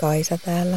Kaisa täällä.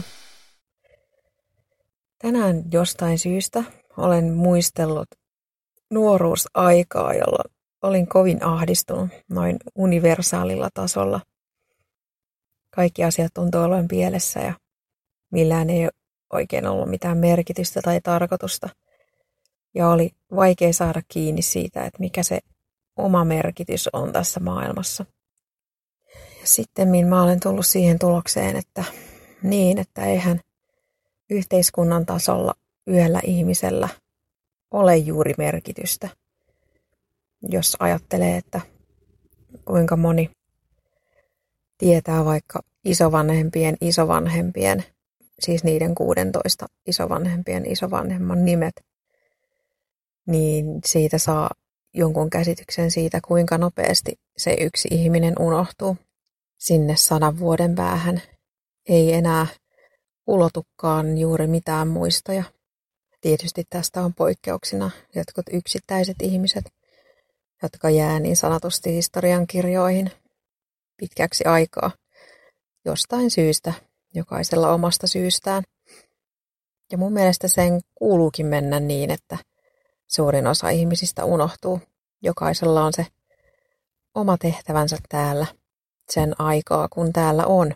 Tänään jostain syystä olen muistellut nuoruusaikaa, jolloin olin kovin ahdistunut noin universaalilla tasolla. Kaikki asiat tuntui olevan pielessä ja millään ei oikein ollut mitään merkitystä tai tarkoitusta. Ja oli vaikea saada kiinni siitä, että mikä se oma merkitys on tässä maailmassa. Ja sitten mä olen tullut siihen tulokseen, että eihän yhteiskunnan tasolla yhdellä ihmisellä ole juuri merkitystä. Jos ajattelee, että kuinka moni tietää vaikka isovanhempien, siis niiden 16 isovanhemman nimet, niin siitä saa jonkun käsityksen siitä, kuinka nopeasti se yksi ihminen unohtuu. Sinne 100 vuoden päähän ei enää ulotukaan juuri mitään muistoja. Tietysti tästä on poikkeuksina jotkut yksittäiset ihmiset, jotka jää niin sanotusti historiankirjoihin pitkäksi aikaa jostain syystä, jokaisella omasta syystään. Ja mun mielestä sen kuuluukin mennä niin, että suurin osa ihmisistä unohtuu. Jokaisella on se oma tehtävänsä täällä sen aikaa, kun täällä on.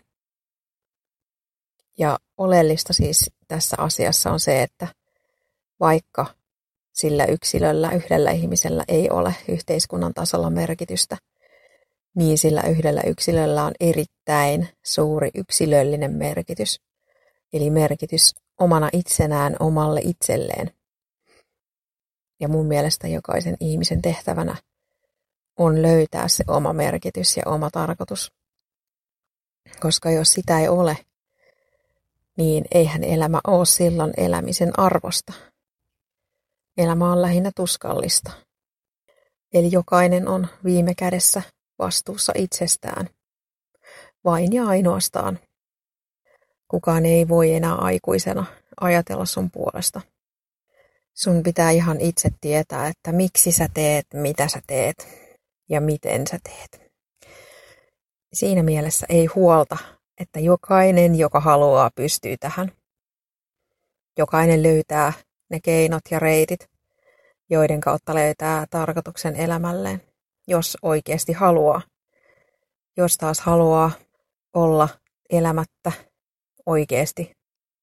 Ja oleellista siis tässä asiassa on se, että vaikka sillä yksilöllä, yhdellä ihmisellä ei ole yhteiskunnan tasolla merkitystä, niin sillä yhdellä yksilöllä on erittäin suuri yksilöllinen merkitys. Eli merkitys omana itsenään omalle itselleen. Ja mun mielestä jokaisen ihmisen tehtävänä on löytää se oma merkitys ja oma tarkoitus. Koska jos sitä ei ole, niin eihän elämä ole silloin elämisen arvosta. Elämä on lähinnä tuskallista. Eli jokainen on viime kädessä vastuussa itsestään. Vain ja ainoastaan. Kukaan ei voi enää aikuisena ajatella sun puolesta. Sun pitää ihan itse tietää, että miksi sä teet, mitä sä teet ja miten sä teet. Siinä mielessä ei huolta, että jokainen, joka haluaa, pystyy tähän. Jokainen löytää ne keinot ja reitit, joiden kautta löytää tarkoituksen elämälleen, jos oikeasti haluaa. Jos taas haluaa olla elämättä oikeasti,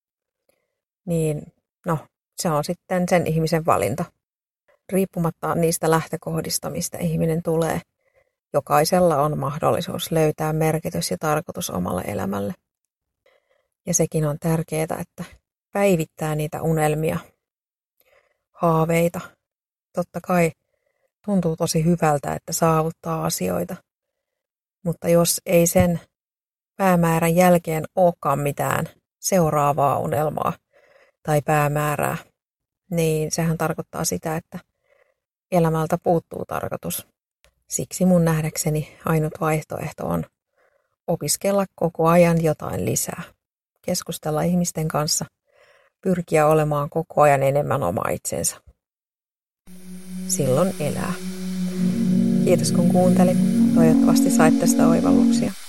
niin se on sitten sen ihmisen valinta. Riippumatta niistä lähtökohdista, mistä ihminen tulee, jokaisella on mahdollisuus löytää merkitys ja tarkoitus omalle elämälle. Ja sekin on tärkeää, että päivittää niitä unelmia, haaveita. Totta kai tuntuu tosi hyvältä, että saavuttaa asioita, mutta jos ei sen päämäärän jälkeen olekaan mitään seuraavaa unelmaa tai päämäärää, niin sehän tarkoittaa sitä, että elämältä puuttuu tarkoitus. Siksi mun nähdäkseni ainut vaihtoehto on opiskella koko ajan jotain lisää, keskustella ihmisten kanssa, pyrkiä olemaan koko ajan enemmän oma itsensä. Silloin elää. Kiitos kun kuuntelit. Toivottavasti sait tästä oivalluksia.